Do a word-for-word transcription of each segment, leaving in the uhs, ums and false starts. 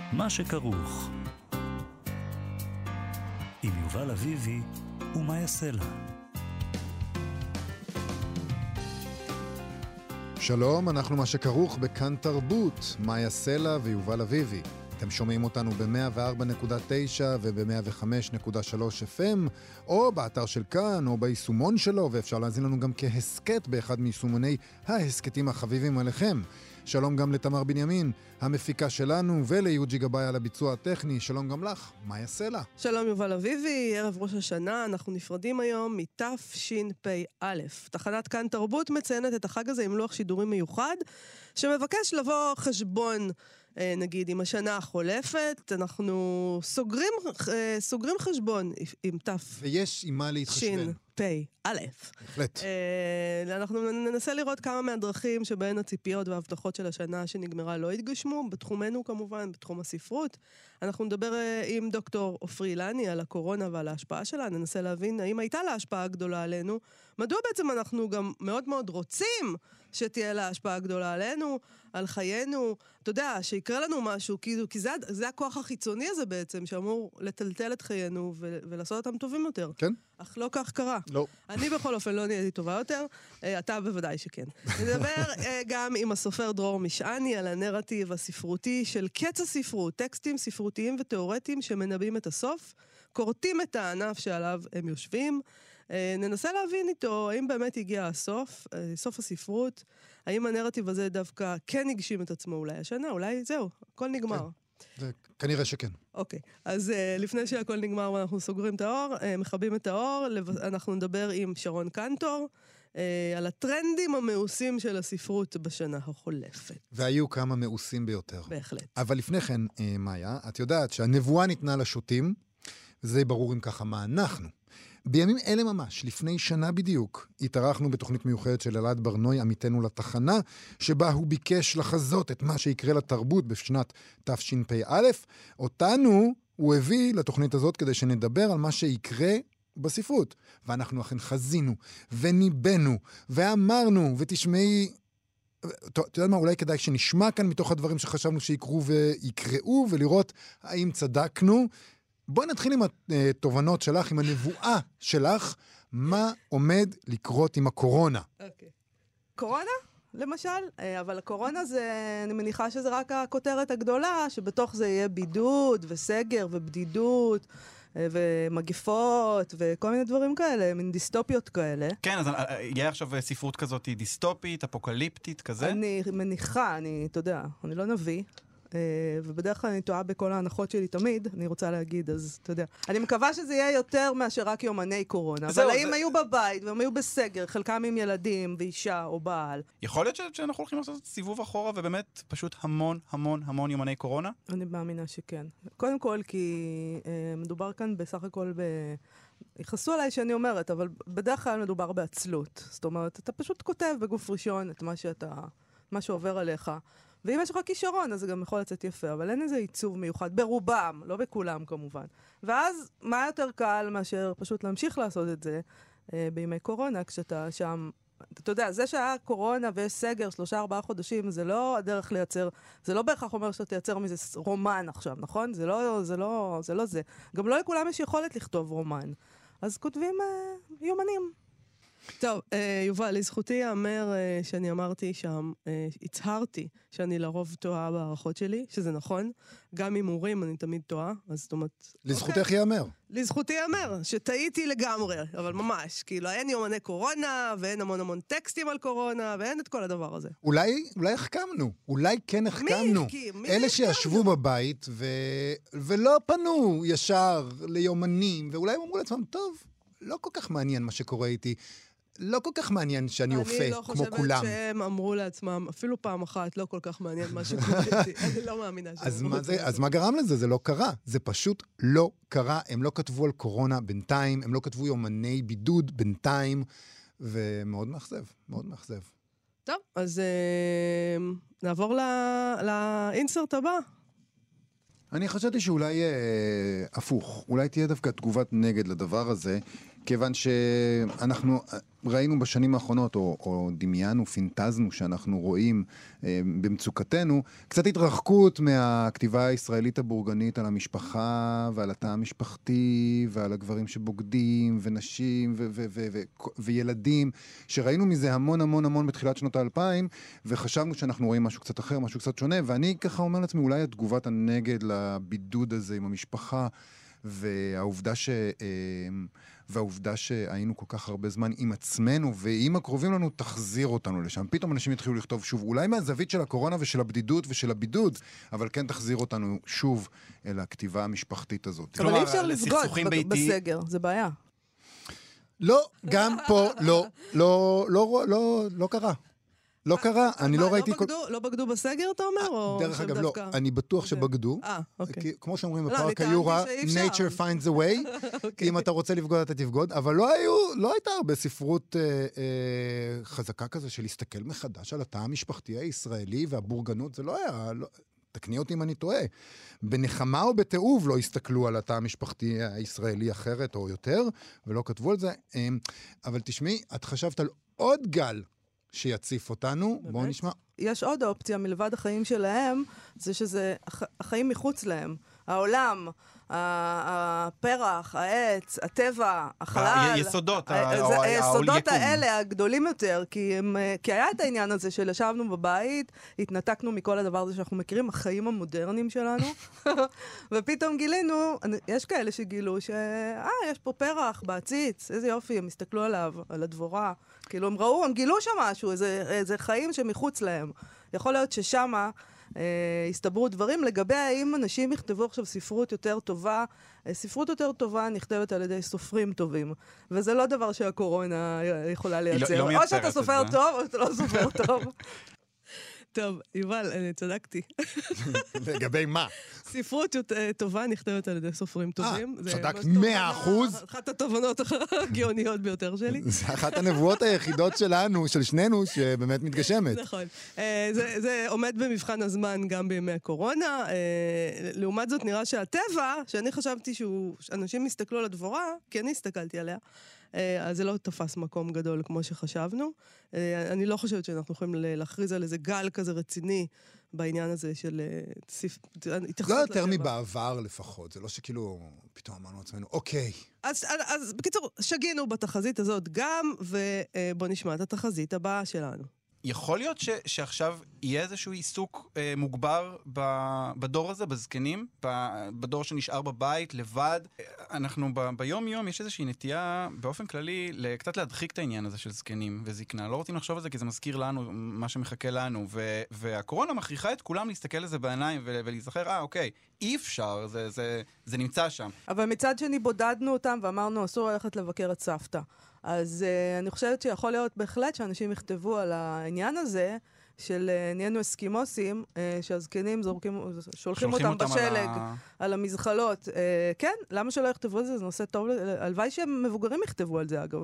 מה שכרוך. עם יובל אביבי ומה יעשה לה. שלום, אנחנו מה שכרוך בכאן תרבות, מה יעשה לה ויובל אביבי. אתם שומעים אותנו ב-מאה וארבע נקודה תשע וב-מאה וחמש נקודה שלוש אף אם, או באתר של כאן, או ביישומון שלו, ואפשר להזין לנו גם כהסקט באחד מיישומוני ההסקטים החביבים עליכם. שלום גם לתמר בנימין, המפיקה שלנו, וליוג'י גבאי על הביצוע הטכני. שלום גם לך, מה יעשה לה? שלום יובל אביבי, ערב ראש השנה, אנחנו נפרדים היום מתשפ"א. תחנת כאן תרבות מציינת את החג הזה עם לוח שידורים מיוחד, שמבקש לבוא חשבון, נגיד, עם השנה החולפת. אנחנו סוגרים, סוגרים חשבון עם תף. ויש עם מה להתחשבן. פי, א'. בהחלט. אנחנו ננסה לראות כמה מהדרכים שבהן הציפיות וההבטחות של השנה שנגמרה לא התגשמו, בתחומנו כמובן, בתחום הספרות. אנחנו נדבר עם דוקטור עופרי אילני על הקורונה ועל ההשפעה שלה, ננסה להבין האם הייתה לה השפעה גדולה עלינו, מדוע בעצם אנחנו גם מאוד מאוד רוצים שתהיה לה השפעה גדולה עלינו, על חיינו, אתה יודע, שיקרה לנו משהו, כי, כי זה, זה הכוח החיצוני הזה בעצם, שאמור לטלטל את חיינו ו, ולעשות אותם טובים יותר. כן? אך לא כך קרה. לא. אני בכל אופן לא נהייתי טובה יותר, אתה בוודאי שכן. נדבר גם עם הסופר דרור משעני על הנרטיב הספרותי של קץ הספרות, טקסטים ספרותיים ותיאורטיים שמנבאים את הסוף, קורטים את הענף שעליו הם יושבים, ננסה להבין איתו האם באמת הגיע הסוף, סוף הספרות, האם הנרטיב הזה דווקא כן הגשים את עצמו אולי השנה, אולי זהו, הכל נגמר. כן. כנראה שכן. אוקיי, אז uh, לפני שהכל נגמר ואנחנו סוגרים את האור, uh, מכבים את האור, אנחנו נדבר עם שרון קנטור, uh, על הטרנדים המאוסים של הספרות בשנה החולפת. והיו כמה מאוסים ביותר. בהחלט. אבל לפני כן, uh, מאיה, את יודעת שהנבואה ניתנה לשוטים, וזה ברור אם ככה מה אנחנו. בימים אלה ממש, לפני שנה בדיוק, התארחנו בתוכנית מיוחדת של אלעד ברנוי, עמיתנו לתחנה, שבה הוא ביקש לחזות את מה שיקרה לתרבות בשנת תשפ"א. אותנו הוא הביא לתוכנית הזאת כדי שנדבר על מה שיקרה בספרות. ואנחנו אכן חזינו, וניבנו, ואמרנו, ותשמעי, אתה יודע מה, אולי כדאי שנשמע כאן מתוך הדברים שחשבנו שיקרו ויקראו, ולראות האם צדקנו. בואי נתחיל עם התובנות שלך, עם הנבואה שלך, מה עומד לקרות עם הקורונה. אוקיי. קורונה? למשל, אבל הקורונה זה, אני מניחה שזה רק הכותרת הגדולה, שבתוך זה יהיה בידוד וסגר ובדידות ומגפות וכל מיני דברים כאלה, מין דיסטופיות כאלה. כן, אז יהיה עכשיו ספרות כזאת דיסטופית, אפוקליפטית, כזה? אני מניחה, אני, אתה יודע, אני לא נביא. ובדרך כלל אני טועה בכל ההנחות שלי תמיד, אני רוצה להגיד, אז אתה יודע. אני מקווה שזה יהיה יותר מאשר רק יומני קורונה, אבל האם היו בבית והם היו בסגר, חלקם עם ילדים ואישה או בעל. יכול להיות שאנחנו הולכים לעשות סיבוב אחורה ובאמת פשוט המון המון המון יומני קורונה? אני מאמינה שכן. קודם כל כי מדובר כאן בסך הכל ב... יחסו עליי שאני אומרת, אבל בדרך כלל מדובר בעצלות. זאת אומרת, אתה פשוט כותב בגוף ראשון את מה שאתה, מה שעובר עליך. ואם יש לך כישרון, אז זה גם יכול לצאת יפה, אבל אין איזה עיצוב מיוחד, ברובם, לא בכולם כמובן. ואז, מה יותר קל מאשר פשוט להמשיך לעשות את זה אה, בימי קורונה, כשאתה שם, אתה יודע, זה שהיה קורונה ויש סגר, שלושה, ארבעה חודשים, זה לא הדרך לייצר, זה לא בהכרח אומר שאתה תייצר מזה רומן עכשיו, נכון? זה לא זה. לא, זה, לא זה. גם לא לכולם יש יכולת לכתוב רומן. אז כותבים אה, יומנים. טוב, יובל, לזכותי יאמר שאני אמרתי שם, הצהרתי שאני לרוב טועה בערכות שלי, שזה נכון, גם עם הורים אני תמיד טועה, אז זאת אומרת... לזכותך יאמר. לזכותי יאמר, שטעיתי לגמרי, אבל ממש, כאילו אין יומני קורונה, ואין המון המון טקסטים על קורונה, ואין את כל הדבר הזה. אולי, אולי החכמנו, אולי כן החכמנו. מי החכים? מי אלה שישבו בבית ו... ולא פנו ישר ליומנים, ואולי הם אמרו לעצמם, טוב, לא כל כך מעניין מה שקורה איתי, לא כל כך מעניין שאני אופה, כמו כולם. אני לא חושבת שהם אמרו לעצמם, אפילו פעם אחת, לא כל כך מעניין מה שקורה איתי. אני לא מאמינה שהם אמרו. אז מה גרם לזה? זה לא קרה. זה פשוט לא קרה. הם לא כתבו על קורונה בינתיים, הם לא כתבו יומני בידוד בינתיים, ומאוד מאכזב, מאוד מאכזב. טוב, אז נעבור לאינסרט הבא. אני חשבתי שאולי הפוך, אולי תהיה דווקא תגובת נגד לדבר הזה, כיוון שאנחנו ראינו בשנים האחרונות, או, או דמיינו, פינטזנו, שאנחנו רואים אה, במצוקתנו, קצת התרחקות מהכתיבה הישראלית הבורגנית על המשפחה, ועל התא המשפחתי, ועל הגברים שבוגדים, ונשים, ו- ו- ו- ו- וילדים, שראינו מזה המון המון המון בתחילת שנות האלפיים, וחשבנו שאנחנו רואים משהו קצת אחר, משהו קצת שונה, ואני ככה אומר לעצמי, אולי התגובת הנגד לבידוד הזה עם המשפחה, והעובדה ש... והעובדה שהיינו כל כך הרבה זמן עם עצמנו ועם הקרובים לנו, תחזיר אותנו לשם. פתאום אנשים יתחילו לכתוב שוב, אולי מהזווית של הקורונה ושל הבדידות ושל הבידוד, אבל כן תחזיר אותנו שוב אל הכתיבה המשפחתית הזאת. אבל אי אפשר לבגוד בסגר, זה בעיה. לא, גם פה לא, לא, לא, לא, לא קרה. לא קרה, אני לא ראיתי... לא בגדו בסגר, אתה אומר? דרך אגב, לא, אני בטוח שבגדו. אה, אוקיי. כמו שאומרים בפארק היורה, nature finds a way, אם אתה רוצה לבגוד, אתה תבגוד, אבל לא הייתה הרבה ספרות חזקה כזה של להסתכל מחדש על התא המשפחתי הישראלי והבורגנות, זה לא היה... תקני אותי אם אני טועה. בנחמה או בתיעוב לא הסתכלו על התא המשפחתי הישראלי אחרת או יותר, ולא כתבו על זה. אבל תשמעי, את חשבת על עוד גל שיציף אותנו, באמת? בואו נשמע. יש עוד אופציה מלבד החיים שלהם, זה שזה החיים מחוץ להם. העולם, הפרח, העץ, הטבע, החלל. היסודות. היסודות האלה הגדולים יותר, כי היה את העניין הזה של ישבנו בבית, התנתקנו מכל הדבר הזה שאנחנו מכירים, החיים המודרניים שלנו, ופתאום גילינו, יש כאלה שגילו שאה, יש פה פרח בעציץ, איזה יופי, הם הסתכלו עליו, על הדבורה, כאילו הם ראו, הם גילו שם משהו, איזה חיים שמחוץ להם. יכול להיות ששמה הסתברו דברים לגבי האם אנשים יכתבו עכשיו ספרות יותר טובה. ספרות יותר טובה נכתבת על ידי סופרים טובים, וזה לא דבר שהקורונה יכולה לייצר. או שאתה סופר טוב, או שאתה לא סופר טוב. טוב, יובל, אני צדקתי. לגבי מה? ספרות טובה נכתבת על ידי סופרים טובים. צדקת מאה אחוז. אחת התובנות הגאוניות ביותר שלי. זה אחת הנבואות היחידות שלנו, של שנינו, שבאמת מתגשמת. נכון. זה עומד במבחן הזמן גם בימי הקורונה. לעומת זאת נראה שהטבע, שאני חשבתי שאנשים מסתכלו על הדבורה, כי אני הסתכלתי עליה, אז זה לא תפס מקום גדול כמו שחשבנו. אני לא חושבת שאנחנו יכולים להכריז על איזה גל כזה רציני בעניין הזה של התייחסות. לא יותר מבעבר לפחות, זה לא שכאילו פתאום אמרנו עצמנו, אוקיי. אז, אז בקיצור, שגינו בתחזית הזאת גם, ובוא נשמע את התחזית הבאה שלנו. יכול להיות ש, שעכשיו יהיה איזשהו עיסוק אה, מוגבר ב, בדור הזה, בזקנים, ב, בדור שנשאר בבית, לבד. אנחנו ב, ביום יום יש איזושהי נטייה באופן כללי קצת להדחיק את העניין הזה של זקנים וזקנה. לא רוצים לחשוב על זה כי זה מזכיר לנו מה שמחכה לנו. ו, והקורונה מכריחה את כולם להסתכל לזה בעיניים ו, ולהיזכר, אה, אוקיי, אי אפשר, זה, זה, זה נמצא שם. אבל מצד שני בודדנו אותם ואמרנו, אסור ללכת לבקר את סבתא. אז uh, אני חושבת שיכול להיות בהחלט שאנשים יכתבו על העניין הזה, של uh, נהיינו אסקימוסים, uh, שהזקנים זורקים, שולחים אותם, אותם בשלג, על, ה... על המזחלות. Uh, כן, למה שלא יכתבו על זה? זה נושא טוב, הלוואי שהם מבוגרים יכתבו על זה אגב.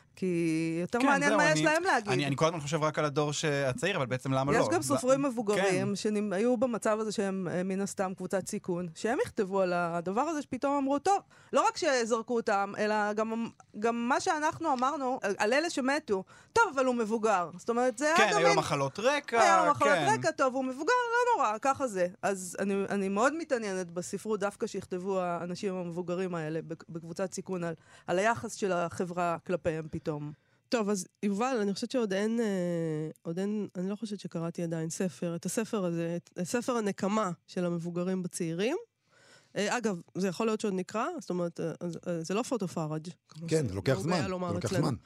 כי יותר כן, מעניין מה אני, יש להם להגיד. אני, אני כל הזמן חושב רק על הדור הצעיר, אבל בעצם למה יש לא? יש גם סופרים זה... מבוגרים כן. שהיו במצב הזה שהם מן הסתם קבוצת סיכון, שהם יכתבו על הדבר הזה שפתאום אמרו, טוב, לא רק שזרקו אותם, אלא גם, גם מה שאנחנו אמרנו, על אלה שמתו, טוב, אבל הוא מבוגר. זאת אומרת, זה כן, היה גם... היו לו מחלות רקע. היה לו מחלות כן. רקע, טוב, הוא מבוגר, לא נורא, ככה זה. אז אני, אני מאוד מתעניינת בספרות דווקא שיכתבו האנשים המבוגרים האלה בקבוצת סיכון על, על היחס של החברה כלפיהם פתאום. טוב, אז יובל, אני חושבת שעוד אין, עוד אין, אני לא חושבת שקראתי עדיין ספר, את הספר הזה, את ספר הנקמה של המבוגרים בצעירים. אגב, זה יכול להיות שעוד נקרא, זאת אומרת, זה לא פוטו פארג'. כן, זה לוקח זמן, זה לוקח זמן.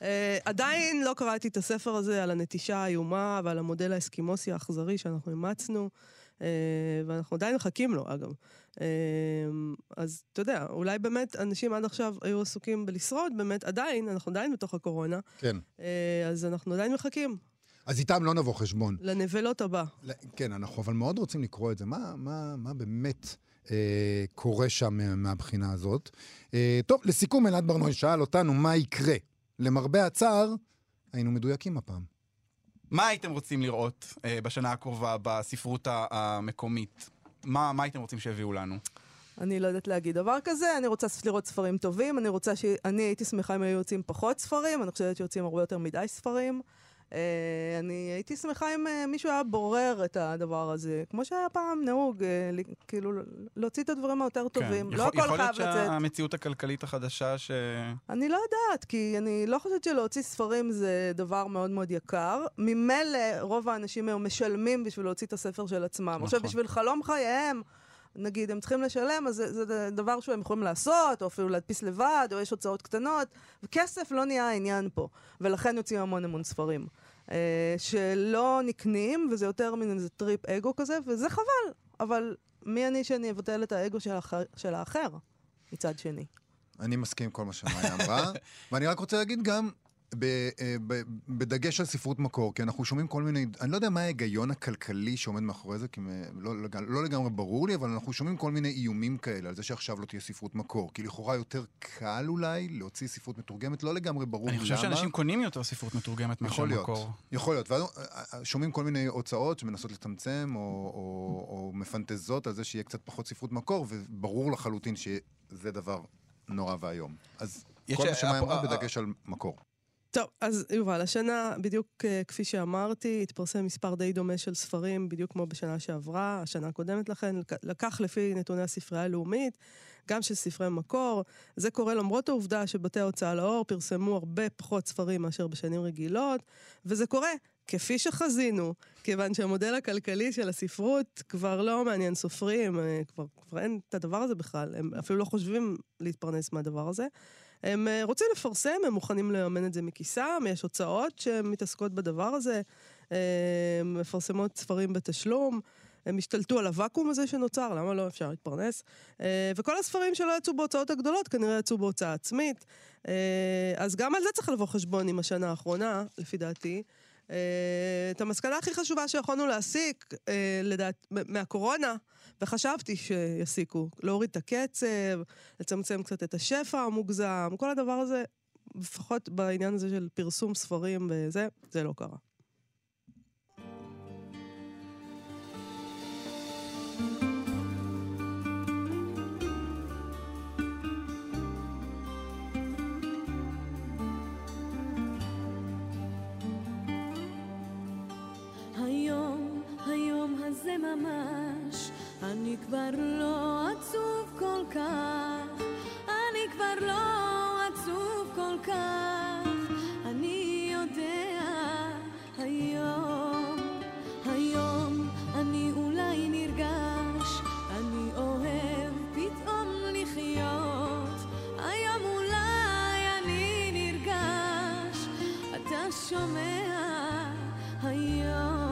עדיין לא קראתי את הספר הזה על הנטישה האיומה ועל המודל האסקימוסי האכזרי שאנחנו אימצנו, ואנחנו עדיין מחכים לו, אגב. אז אתה יודע, אולי באמת אנשים עד עכשיו היו עסוקים בלשרוד, באמת עדיין, אנחנו עדיין בתוך הקורונה. כן. אז אנחנו עדיין מחכים. אז איתם לא נבוא חשבון. לנבלות הבא. כן, אנחנו אבל מאוד רוצים לקרוא את זה. מה, מה, מה באמת אה, קורה שם מהבחינה הזאת? אה, טוב, לסיכום, אלעד ברנועי שאל אותנו מה יקרה. למרבה הצער, היינו מדויקים הפעם. מה הייתם רוצים לראות אה, בשנה הקרובה בספרות המקומית? מה, מה הייתם רוצים שהביאו לנו? אני לא יודעת להגיד דבר כזה, אני רוצה לראות ספרים טובים, אני רוצה ש... אני הייתי שמחה אם היו יוצאים פחות ספרים, אני חושבת שיוצאים הרבה יותר מדי ספרים. אני הייתי שמחה אם מישהו היה בורר את הדבר הזה, כמו שהיה פעם נהוג, כאילו להוציא את הדברים היותר טובים. לא הכל חייב לצאת. יכול להיות שהמציאות הכלכלית החדשה ש... אני לא יודעת, כי אני לא חושבת שלהוציא ספרים זה דבר מאוד מאוד יקר. ממילא רוב האנשים היום משלמים בשביל להוציא את הספר של עצמם. עכשיו בשביל חלום חייהם, נגיד, הם צריכים לשלם, אז זה, זה דבר שהם יכולים לעשות, או אפילו להדפיס לבד, או יש הוצאות קטנות, וכסף לא נהיה העניין פה. ולכן יוצאים המון המון ספרים. אה, שלא נקנים, וזה יותר מן איזה טריפ אגו כזה, וזה חבל. אבל מי אני שאני אבטל את האגו של האחר, של האחר מצד שני? אני מסכים עם כל מה שמאיה אמרה, ואני רק רוצה להגיד גם, ב- ב- בדגש על ספרות מקור, כי אנחנו שומעים כל מיני, אני לא יודע מה ההיגיון הכלכלי שעומד מאחורי זה, כי לא, לא לגמרי ברור לי, אבל אנחנו שומעים כל מיני איומים כאלה, על זה שעכשיו לא תהיה ספרות מקור, כי לכאורה יותר קל אולי להוציא ספרות מתורגמת, לא לגמרי ברור למה. אני חושב שאנשים קונים יותר ספרות מתורגמת מאשר מקור. יכול להיות, ושומעים כל מיני הוצאות שמנסות לצמצם, או, או, או מפנטזות על זה שיהיה קצת פחות ספרות מקור, וברור לחלוטין שזה דבר נורא והיום. אז כל מה שמאיה אמרה בדגש על מקור. טוב, אז יובל, השנה, בדיוק uh, כפי שאמרתי, התפרסם מספר די דומה של ספרים, בדיוק כמו בשנה שעברה, השנה הקודמת לכן, לקח לפי נתוני הספרייה הלאומית, גם של ספרי מקור. זה קורה למרות העובדה שבתי ההוצאה לאור פרסמו הרבה פחות ספרים מאשר בשנים רגילות, וזה קורה כפי שחזינו, כיוון שהמודל הכלכלי של הספרות כבר לא מעניין סופרים, כבר, כבר אין את הדבר הזה בכלל, הם אפילו לא חושבים להתפרנס מהדבר הזה. הם רוצים לפרסם, הם מוכנים לאמן את זה מכיסם, יש הוצאות שמתעסקות בדבר הזה, הם מפרסמות ספרים בתשלום, הם השתלטו על הוואקום הזה שנוצר, למה לא אפשר להתפרנס? וכל הספרים שלא יצאו בהוצאות הגדולות, כנראה יצאו בהוצאה עצמית, אז גם על זה צריך לבוא חשבון עם השנה האחרונה, לפי דעתי. את המסקנה הכי חשובה שיכולנו להסיק, לדעת, מהקורונה, וחשבתי שיסיקו, להוריד את הקצב, לצמצם קצת את השפע המוגזם, כל הדבר הזה, לפחות בעניין הזה של פרסום ספרים וזה, זה לא קרה. היום, היום הזה ממש אני כבר לא עצוב כל כך, אני כבר לא עצוב כל כך, אני יודע היום, היום אני אולי נרגש, אני אוהב פתאום לחיות, היום אולי אני נרגש, אתה שומע היום.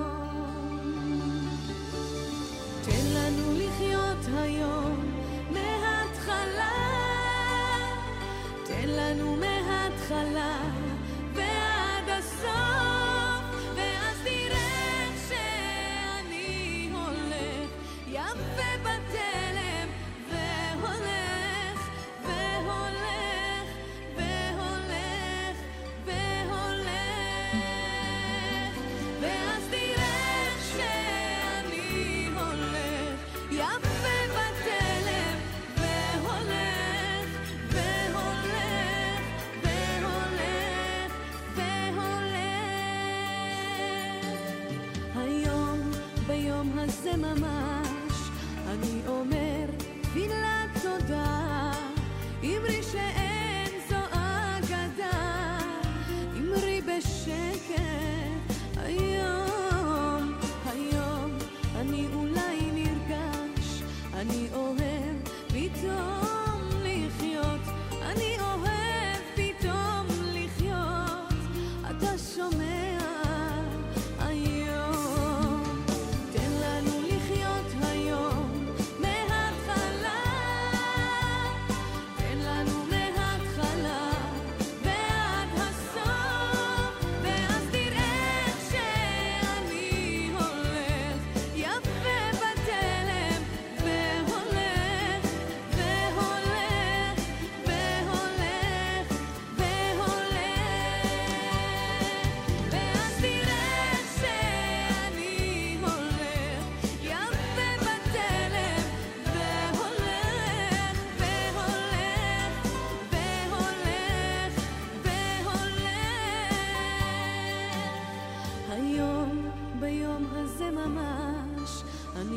היום מההתחלה, תן לנו מההתחלה ועד הסוף, ואז תראה שאני הולך יפה בתלם, והולך והולך והולך והולך, ואז תראה שאני הולך יפה והולך והולך והולך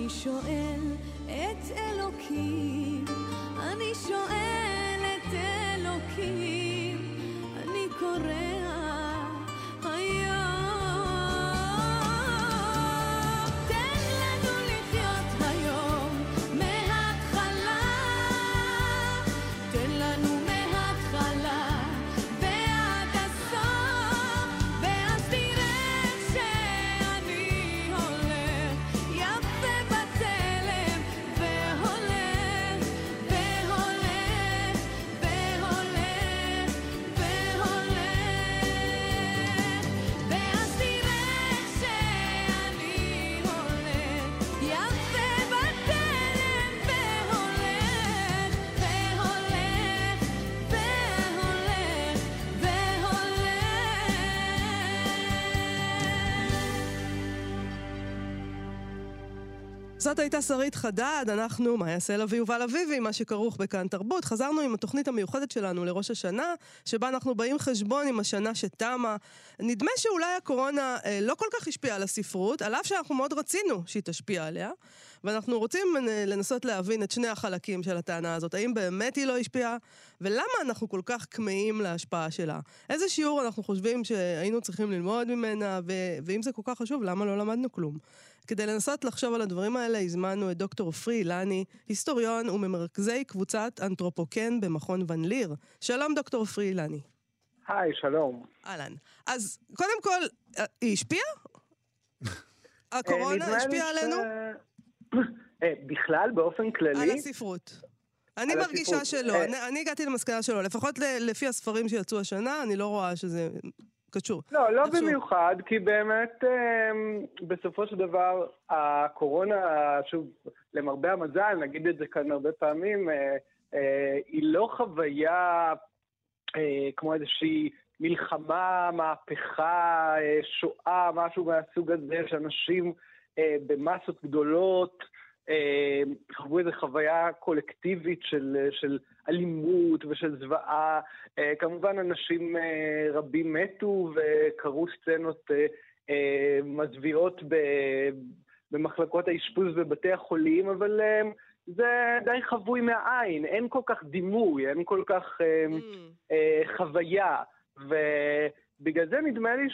אני שואל את אלוקים, אני שואל את אלוקים, אני קורא זאת הייתה שרית חדד, אנחנו, מה יעשה לה ויובל אביבי, מה שכרוך בכאן תרבות. חזרנו עם התוכנית המיוחדת שלנו לראש השנה, שבה אנחנו באים חשבון עם השנה שתמה. נדמה שאולי הקורונה אה, לא כל כך השפיעה על הספרות, על אף שאנחנו מאוד רצינו שהיא תשפיע עליה, ואנחנו רוצים לנסות להבין את שני החלקים של הטענה הזאת. האם באמת היא לא השפיעה, ולמה אנחנו כל כך כמהים להשפעה שלה? איזה שיעור אנחנו חושבים שהיינו צריכים ללמוד ממנה, ו- ואם זה כל כך חשוב, למה לא למדנו כלום? כדי לנסות לחשוב על הדברים האלה, הזמנו את דוקטור עופרי אילני, היסטוריון וממרכזי קבוצת אנתרופוקן במכון ון ליר. שלום דוקטור עופרי אילני. היי, שלום. אהלן. אז קודם כל, היא השפיעה? הקורונה השפיעה עלינו? בכלל, באופן כללי? על הספרות. אני מרגישה שלא, אני הגעתי למסקנה שלא, לפחות לפי הספרים שיצאו השנה, אני לא רואה שזה קשור. לא, לא במיוחד, כי באמת בסופו של דבר הקורונה, שוב, למרבה המזל, נגיד את זה כאן הרבה פעמים, היא לא חוויה כמו איזושהי מלחמה, מהפכה, שואה, משהו מהסוג הזה, שאנשים במסות גדולות חוו איזו חוויה קולקטיבית של, של אלימות ושל זוועה. כמובן אנשים רבים מתו וקרו סצנות מזוויעות במחלקות האשפוז בבתי החולים, אבל זה די חבוי מהעין, אין כל כך דימוי, אין כל כך mm. חוויה, ובגלל זה נדמה לי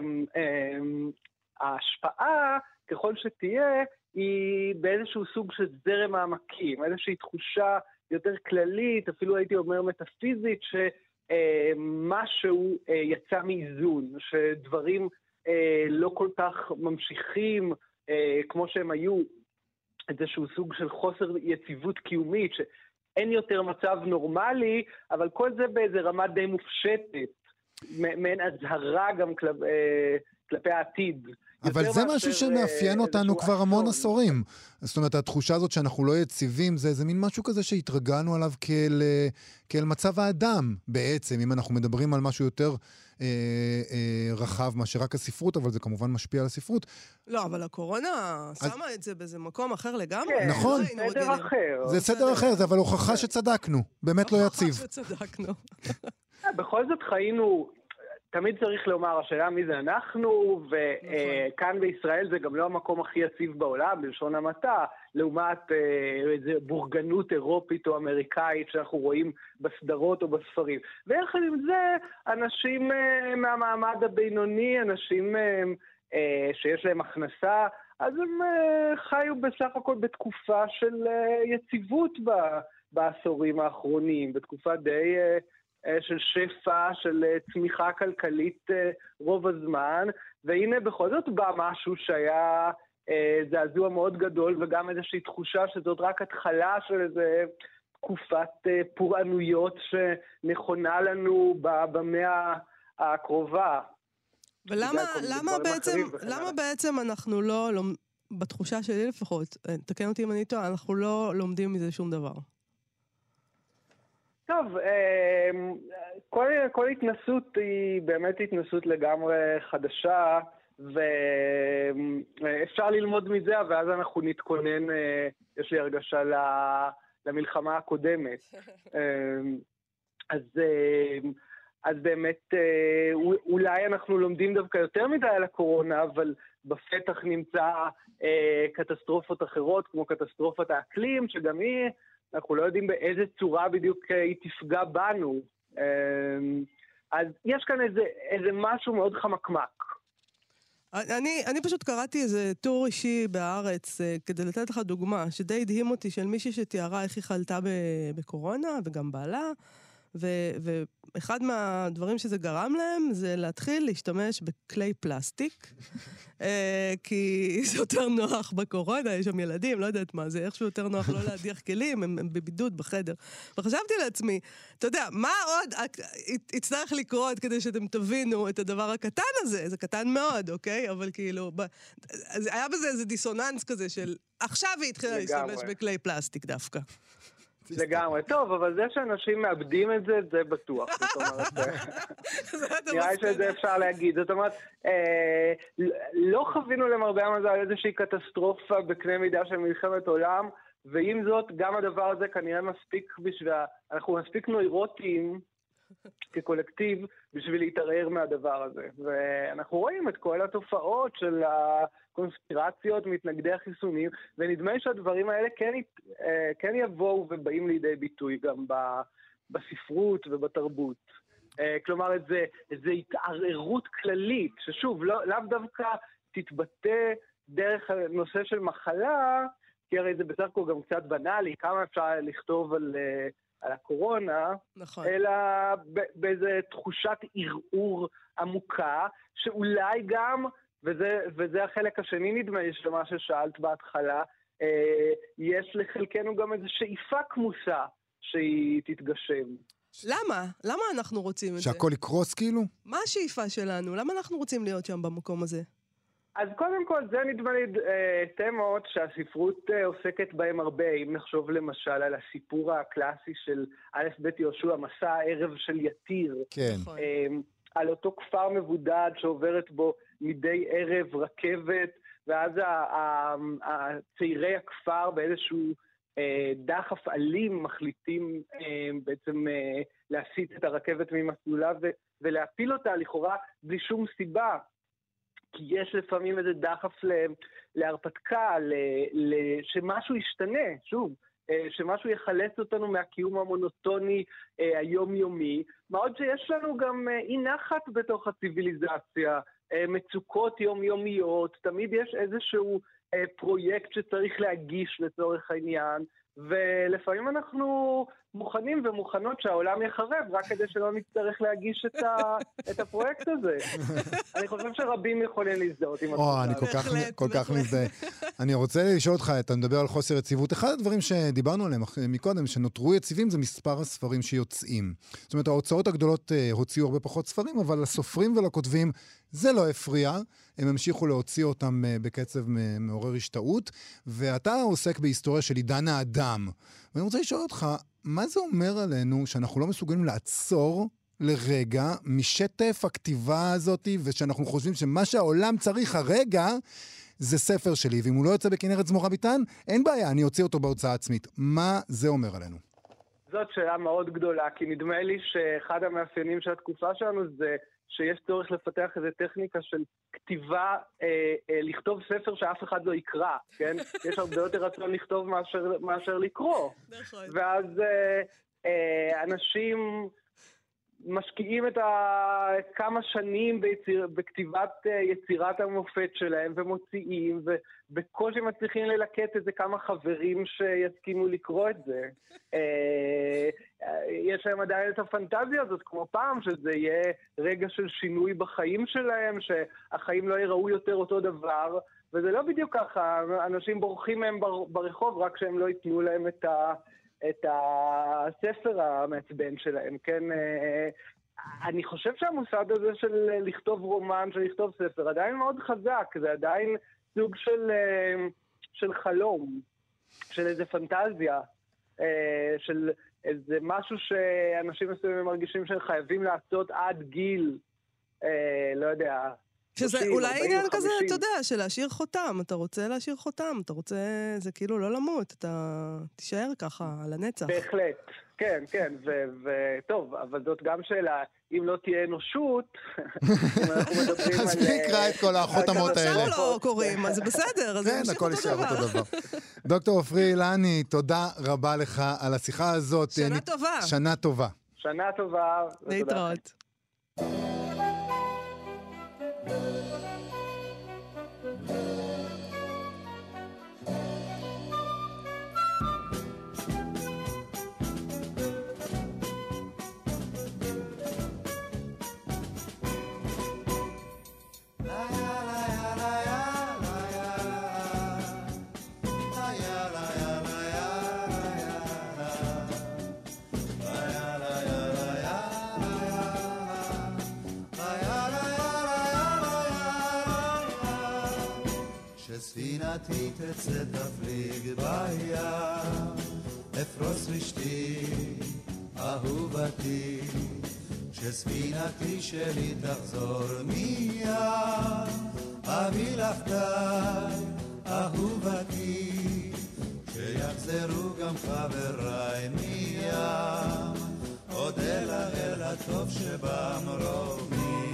שההשפעה, ככל שתהיה, היא באיזשהו סוג של זרם העמקים, איזושהי תחושה יותר כללית, אפילו הייתי אומר מטאפיזית, שמשהו יצא מאיזון, שדברים לא כל כך ממשיכים כמו שהם היו, איזשהו סוג של חוסר יציבות קיומית, שאין יותר מצב נורמלי, אבל כל זה באיזה רמה די מופשטת, מעין הזהרה גם כלפי, כלפי העתיד. אבל זה משהו שמאפיין אותנו כבר המון עשורים. זאת אומרת, התחושה הזאת שאנחנו לא יציבים, זה, זה מין משהו כזה שהתרגלנו עליו כאל, כאל מצב האדם בעצם, אם אנחנו מדברים על משהו יותר אה, אה, רחב מאשר רק הספרות, אבל זה כמובן משפיע על הספרות. לא, אבל הקורונה אז... שמה את זה באיזה מקום אחר לגמרי. כן, נכון. זה סדר אחר. זה סדר אחר, זה אבל הוכחה שצדקנו. באמת לא יציב. הוכחה שצדקנו. בכל זאת חיינו... תמיד צריך לומר, השאלה מי זה אנחנו, וכאן בישראל זה גם לא המקום הכי יציב בעולם, בלשון המעטה, לעומת איזו בורגנות אירופית או אמריקאית שאנחנו רואים בסדרות או בספרים. ויחד עם זה, אנשים מהמעמד הבינוני, אנשים שיש להם הכנסה, אז הם חיו בסך הכל בתקופה של יציבות בעשורים האחרונים, בתקופה די... של שפע, של צמיחה כלכלית רוב הזמן, והנה בכל זאת בא משהו שהיה זעזוע מאוד גדול, וגם איזושהי תחושה שזאת רק התחלה של איזה תקופת פורענויות שנכונה לנו במאה הקרובה. ולמה למה בעצם, למה בעצם אנחנו לא, בתחושה שלי לפחות, תקן אותי אם אני טועה, אנחנו לא לומדים מזה שום דבר? טוב, כל, כל התנסות היא באמת התנסות לגמרי חדשה, ואפשר ללמוד מזה, ואז אנחנו נתכונן, יש לי הרגשה למלחמה הקודמת. אז אז באמת אולי אנחנו לומדים דווקא יותר מדי על הקורונה, אבל בפתח נמצא קטסטרופות אחרות, כמו קטסטרופת האקלים, שגם היא, אנחנו לא יודעים באיזה צורה בדיוק היא תפגע בנו. אז יש כאן איזה, איזה משהו מאוד חמקמק. אני, אני פשוט קראתי איזה טור אישי בארץ, כדי לתת לך דוגמה, שדי הדהים אותי של מישהי שתיארה איך היא חלתה בקורונה, וגם בעלה, ו, ואחד מהדברים שזה גרם להם, זה להתחיל להשתמש בכלי פלסטיק, כי זה יותר נוח בקורונה, יש שם ילדים, לא יודעת מה, זה איכשהו יותר נוח לא להדיח כלים, הם, הם בבידוד בחדר. וחשבתי לעצמי, אתה יודע, מה עוד יצטרך לקרות כדי שאתם תבינו את הדבר הקטן הזה? זה קטן מאוד, אוקיי? אבל כאילו, ב... היה בזה איזה דיסוננס כזה של, עכשיו היא התחילה להשתמש בכלי פלסטיק דווקא. לגמרי. טוב, אבל זה שאנשים מאבדים את זה, זה בטוח. זאת אומרת, נראה שזה אפשר להגיד. זאת אומרת, לא חווינו למרבה המזל איזושהי קטסטרופה בקנה מידה של מלחמת עולם, ועם זאת, גם הדבר הזה כנראה מספיק בשביל, אנחנו מספיק נוירוטיים כקולקטיב בשביל להתערער מהדבר הזה. ואנחנו רואים את כל התופעות של הקונספירציות, מתנגדי החיסונים, ונדמה שהדברים האלה כן, כן יבואו ובאים לידי ביטוי גם בספרות ובתרבות. כלומר, איזה, איזה התערערות כללית, ששוב, לא, לאו דווקא תתבטא דרך הנושא של מחלה, כי הרי זה בסך הכל גם קצת בנאלי, כמה אפשר לכתוב על... על הקורונה, נכון. אלא באיזה תחושת ערעור עמוקה, שאולי גם, וזה, וזה החלק השני נדמה לי של מה ששאלת בהתחלה, אה, יש לחלקנו גם איזו שאיפה כמוסה שהיא תתגשם. למה? למה אנחנו רוצים את זה? שהכל יקרוס כאילו? מה השאיפה שלנו? למה אנחנו רוצים להיות שם במקום הזה? אז קודם כל, זה נדמה לי תמות שהספרות עוסקת בהם הרבה. אם נחשוב למשל על הסיפור הקלאסי של א' ב' יהושע, מסע הערב של יתיר. כן. על אותו כפר מבודד שעוברת בו מדי ערב רכבת, ואז צעירי הכפר באיזשהו דחף אלים מחליטים בעצם להסיט את הרכבת ממסלולה ולהפיל אותה לכאורה בלי שום סיבה. כי יש לפעמים איזה דחף להרפתקה, שמשהו ישתנה, שוב, שמשהו יחלץ אותנו מהקיום המונוטוני היומיומי, מה עוד שיש לנו גם אי נחת בתוך הציביליזציה, מצוקות יומיומיות, תמיד יש איזשהו פרויקט שצריך להגיש לצורך העניין, ולפעמים אנחנו מוכנים ומוכנות שהעולם יחרב, רק כדי שלא נצטרך להגיש את, ה, את הפרויקט הזה. אני חושב שרבים יכולים להזדהות עם או, אני כל כך, כל כך מזדהה. אני רוצה לשאול אותך, אתה מדבר על חוסר יציבות. אחד הדברים שדיברנו עליהם מקודם, שנותרו יציבים, זה מספר הספרים שיוצאים. זאת אומרת, ההוצאות הגדולות הוציאו הרבה פחות ספרים, אבל לסופרים ולכותבים זה לא הפריע. הם המשיכו להוציא אותם בקצב מעורר השתאות, ואתה עוסק בהיסטוריה של עידן האדם. ואני רוצה לשאול אותך, מה זה אומר עלינו שאנחנו לא מסוגלים לעצור לרגע משטף הכתיבה הזאת, ושאנחנו חושבים שמה שהעולם צריך הרגע זה ספר שלי, ואם הוא לא יוצא בכנרת זמורה ביטן, אין בעיה, אני אוציא אותו בהוצאה עצמית. מה זה אומר עלינו? זאת שאלה מאוד גדולה, כי נדמה לי שאחד המאפיינים של התקופה שלנו זה שיש צורך לפתח איזו טכניקה של כתיבה, אה, אה, לכתוב ספר שאף אחד לא יקרא, כן? יש הרבה יותר רצון לכתוב מאשר, מאשר לקרוא. נכון. ואז אה, אה, אנשים משקיעים את ה... כמה שנים ביציר... בכתיבת יצירת המופת שלהם, ומוציאים, ובקושי מצליחים ללקט איזה כמה חברים שיסכימו לקרוא את זה. יש להם עדיין את הפנטזיה הזאת, כמו פעם, שזה יהיה רגע של שינוי בחיים שלהם, שהחיים לא יראו יותר אותו דבר, וזה לא בדיוק ככה, אנשים בורחים מהם ברחוב, רק שהם לא ייתנו להם את ה... את הספר המעצבן שלהם, כן? אני חושב שהמוסד הזה של לכתוב רומן, של לכתוב ספר, עדיין מאוד חזק, זה עדיין סוג של, של חלום, של איזה פנטזיה, של איזה משהו שאנשים מסוימים מרגישים שהם חייבים לעשות עד גיל, לא יודע, שזה שלושים, אולי ארבעים, עניין כזה, חמישים. אתה יודע, של להשאיר חותם, אתה רוצה להשאיר חותם, אתה רוצה, זה כאילו לא למות, אתה תישאר ככה על הנצח. בהחלט, כן, כן, וטוב, אבל זאת גם שאלה, אם לא תהיה אנושות, אם אנחנו מדברים על... אז מי יקרא את כל החותמות האלה? עכשיו לא קוראים, אז זה בסדר, אז זה כן, ימשיך הכל אותו יישאר דבר. אותו דבר. דוקטור עופרי אילני, תודה רבה לך על השיחה הזאת. שנה אני- טובה. שנה טובה. שנה טובה. ותודה לכם. להתראות. שספינתי תצא תפליג בים, אפרוס רשתי, אהובתי, שספינתי שלי תחזור מים, אביא לך די, אהובתי, שיחזרו גם חבריי מים, אודה לך אל הטוב שבמרומי.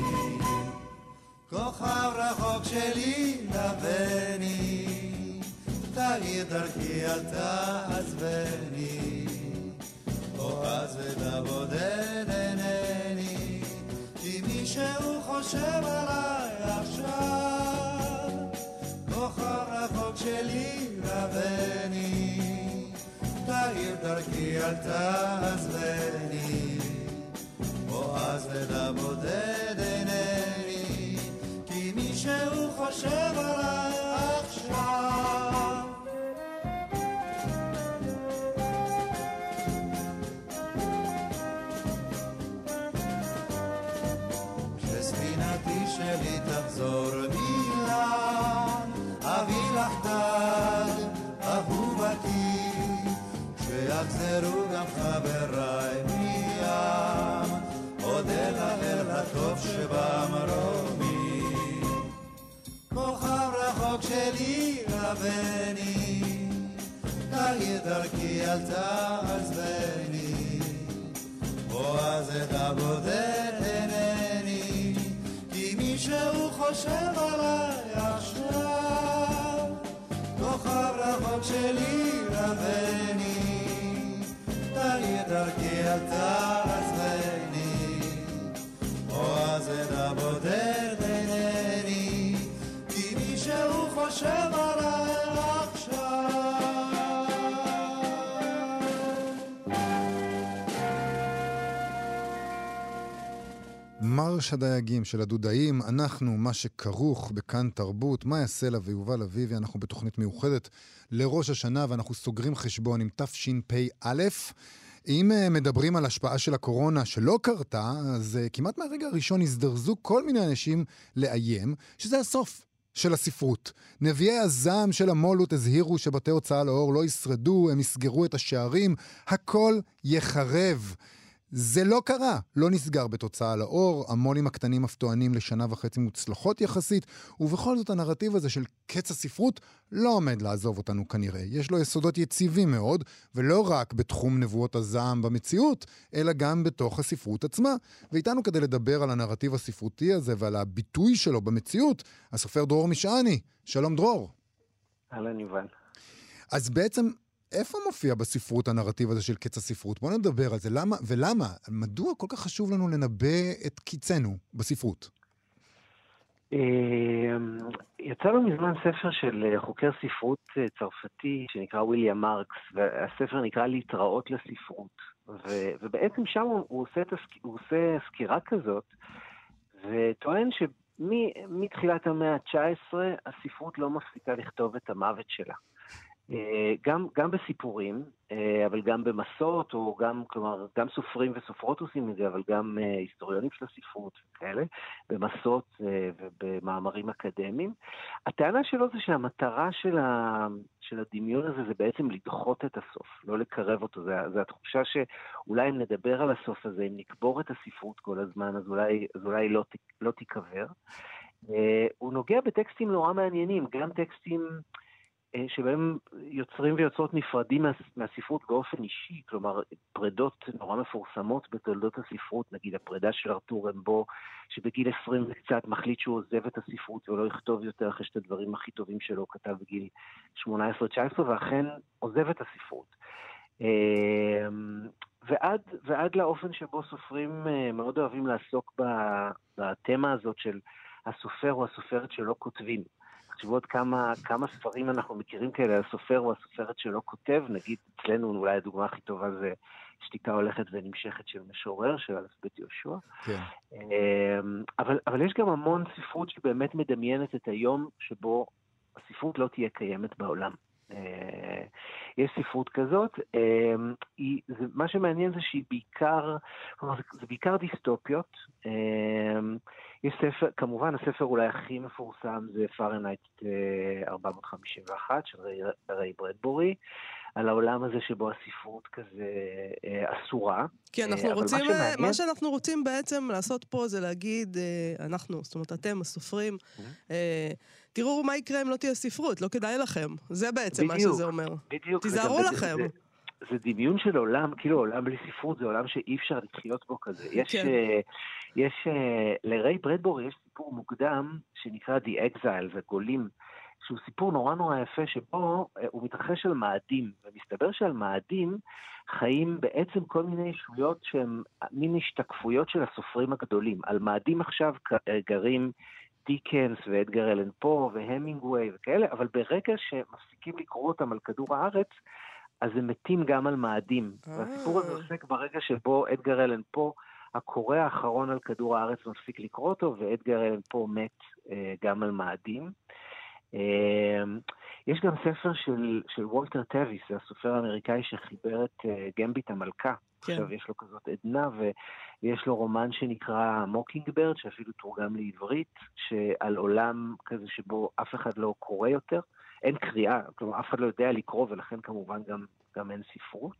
כוכב רחוק שלי לבני, תאיר דרכי אל תעזבני, אוהז ודבודד אינני, כי מישהו חושב עליי עכשיו. כוכב רחוק שלי לבני, תאיר דרכי אל תעזבני, אוהז ודבודד אינני, שהוא חושב עליי עכשיו. כשספינתי שלי תחזור מילן, אביא לך דג, אהובתי, כשיחזרו גם חבריי מים, אודה לך אל הטוב שבמרומי. כוכב רחוק שלי לבני, תאיר דרכי אל תעזבני, אוהז את הבודד אינני, כי מישהו חושב עליי עכשיו. כוכב רחוק שלי לבני, תאיר דרכי אל תעזבני, אוהז את הבודד אינני, שהוא חושב עליי עכשיו. מרש הדייגים של הדודאים, אנחנו מה שכרוך בכאן תרבות, מה יעשה לה ויובל אביבי, אנחנו בתוכנית מיוחדת לראש השנה ואנחנו סוגרים חשבון עם תשפ"א. אם מדברים על השפעה של הקורונה שלא קרתה, אז כמעט מהרגע הראשון הזדרזו כל מיני אנשים לאיים שזה הסוף של הספרות. נביאי הזעם של המולות הזהירו שבתי הוצאה לאור לא ישרדו, הם יסגרו את השערים, הכל יחרב. זה לא קרה, לא נסגר בתוצאה לאור, המולים הקטנים אף טוענים לשנה וחצי מוצלחות יחסית, ובכל זאת הנרטיב הזה של קץ הספרות לא עומד לעזוב אותנו כנראה. יש לו יסודות יציבים מאוד, ולא רק בתחום נבואות הזעם במציאות, אלא גם בתוך הספרות עצמה. ואיתנו כדי לדבר על הנרטיב הספרותי הזה ועל הביטוי שלו במציאות, הסופר דרור משעני. שלום דרור. אהלן יובל. אז בעצם איפה מופיע בספרות הנרטיב הזה של קץ הספרות? בואו נדבר על זה. למה, ולמה? מדוע כל כך חשוב לנו לנבא את קיצנו בספרות? יצא לו מזמן ספר של חוקר ספרות צרפתי שנקרא וויליאם מרקס, והספר נקרא להתראות לספרות. ובעצם שם הוא עושה, הוא עושה סקירה כזאת, וטוען שמתחילת המאה ה-תשע עשרה הספרות לא מפסיקה לכתוב את המוות שלה. גם, גם בסיפורים, אבל גם במסות, או גם, כלומר, גם סופרים וסופרות עושים את זה, אבל גם היסטוריונים של הספרות וכאלה, במסות ובמאמרים אקדמיים. הטענה שלו זה שהמטרה של, ה, של הדמיון הזה זה בעצם לדחות את הסוף, לא לקרב אותו. זה, זה התחושה שאולי אם נדבר על הסוף הזה, אם נקבור את הספרות כל הזמן, אז אולי, אז אולי לא, לא תיקבר. הוא נוגע בטקסטים נורא מעניינים, גם טקסטים שבהם יוצרים ויוצרות נפרדים מה, מהספרות באופן אישי, כלומר פרדות נורא מפורסמות בתולדות הספרות, נגיד הפרידה של ארתור רמבו, שבגיל עשרים וקצת מחליט שהוא עוזב את הספרות ולא יכתוב יותר אחרי שאת הדברים הכי טובים שלו, הוא כתב בגיל שמונה עשרה תשע עשרה, ואכן עוזב את הספרות. ועד, ועד לאופן שבו סופרים מאוד אוהבים לעסוק בתמה הזאת של הסופר או הסופרת שלא כותבים. תחשבו עוד כמה, כמה ספרים אנחנו מכירים כאלה, הסופר או הסופרת שלא כותב, נגיד אצלנו אולי הדוגמה הכי טובה זה שתיקה הולכת ונמשכת של משורר, של אלף בית יהושע. כן. אבל, אבל יש גם המון ספרות שבאמת מדמיינת את היום שבו הספרות לא תהיה קיימת בעולם. יש ספרות כזאת, היא, זה, מה שמעניין זה שהיא בעיקר, כלומר, זה, זה בעיקר דיסטופיות. יש ספר, כמובן הספר אולי הכי מפורסם זה פארנהייט ארבע מאות חמישים ואחת של ריי, ריי ברדבורי, על העולם הזה שבו הספרות כזה אסורה. כי אנחנו רוצים, מה, שמעניין... מה שאנחנו רוצים בעצם לעשות פה זה להגיד, אנחנו, זאת אומרת אתם הסופרים, mm-hmm. תראו מה יקרה אם לא תהיה ספרות, לא כדאי לכם. זה בעצם בדיוק, מה שזה אומר. בדיוק. תיזהרו לכם. זה, זה, זה דמיון של עולם, כאילו עולם בלי ספרות, זה עולם שאי אפשר לחיות בו כזה. יש, כן. יש, לריי ברדבורי יש סיפור מוקדם שנקרא The Exile, זה גולים, שהוא סיפור נורא נורא יפה שבו הוא מתרחש על מאדים, ומסתבר שעל מאדים חיים בעצם כל מיני ישויות שהן מין השתקפויות של הסופרים הגדולים. על מאדים עכשיו גרים דיקנס ואדגר אלן פו והמינגווי וכאלה, אבל ברגע שמפסיקים לקרוא אותם על כדור הארץ, אז הם מתים גם על מאדים. והסיפור הזה עוסק ברגע שבו אדגר אלן פו, הקורא האחרון על כדור הארץ, מפסיק לקרוא אותו, ואדגר אלן פו מת גם על מאדים. יש גם ספר של, של וולטר טוויס, זה הסופר האמריקאי שחיבר את גמביט המלכה. כן. עכשיו יש לו כזאת עדנה, ויש לו רומן שנקרא מוקינגברד, שאפילו תורגם לעברית, שעל עולם כזה שבו אף אחד לא קורא יותר, אין קריאה, כלומר אף אחד לא יודע לקרוא, ולכן כמובן גם, גם אין ספרות.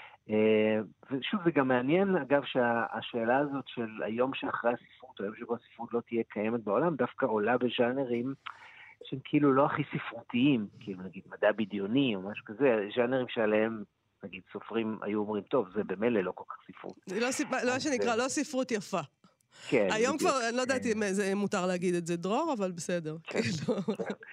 ושוב, זה גם מעניין, אגב, שהשאלה הזאת של היום שאחרי הספרות, היום שבו הספרות לא תהיה קיימת בעולם, דווקא עולה בז'אנרים שהם כאילו לא הכי ספרותיים, כאילו נגיד מדע בדיוני או משהו כזה, ז'אנרים שעליהם, נגיד, סופרים היו אומרים, טוב, זה במילא לא כל כך ספרות. לא, סיפ... לא שנקרא, לא ספרות יפה. כן. היום בדיוק. כבר, אני לא יודעת אם זה מותר להגיד את זה דרור, אבל בסדר. כן. כאילו.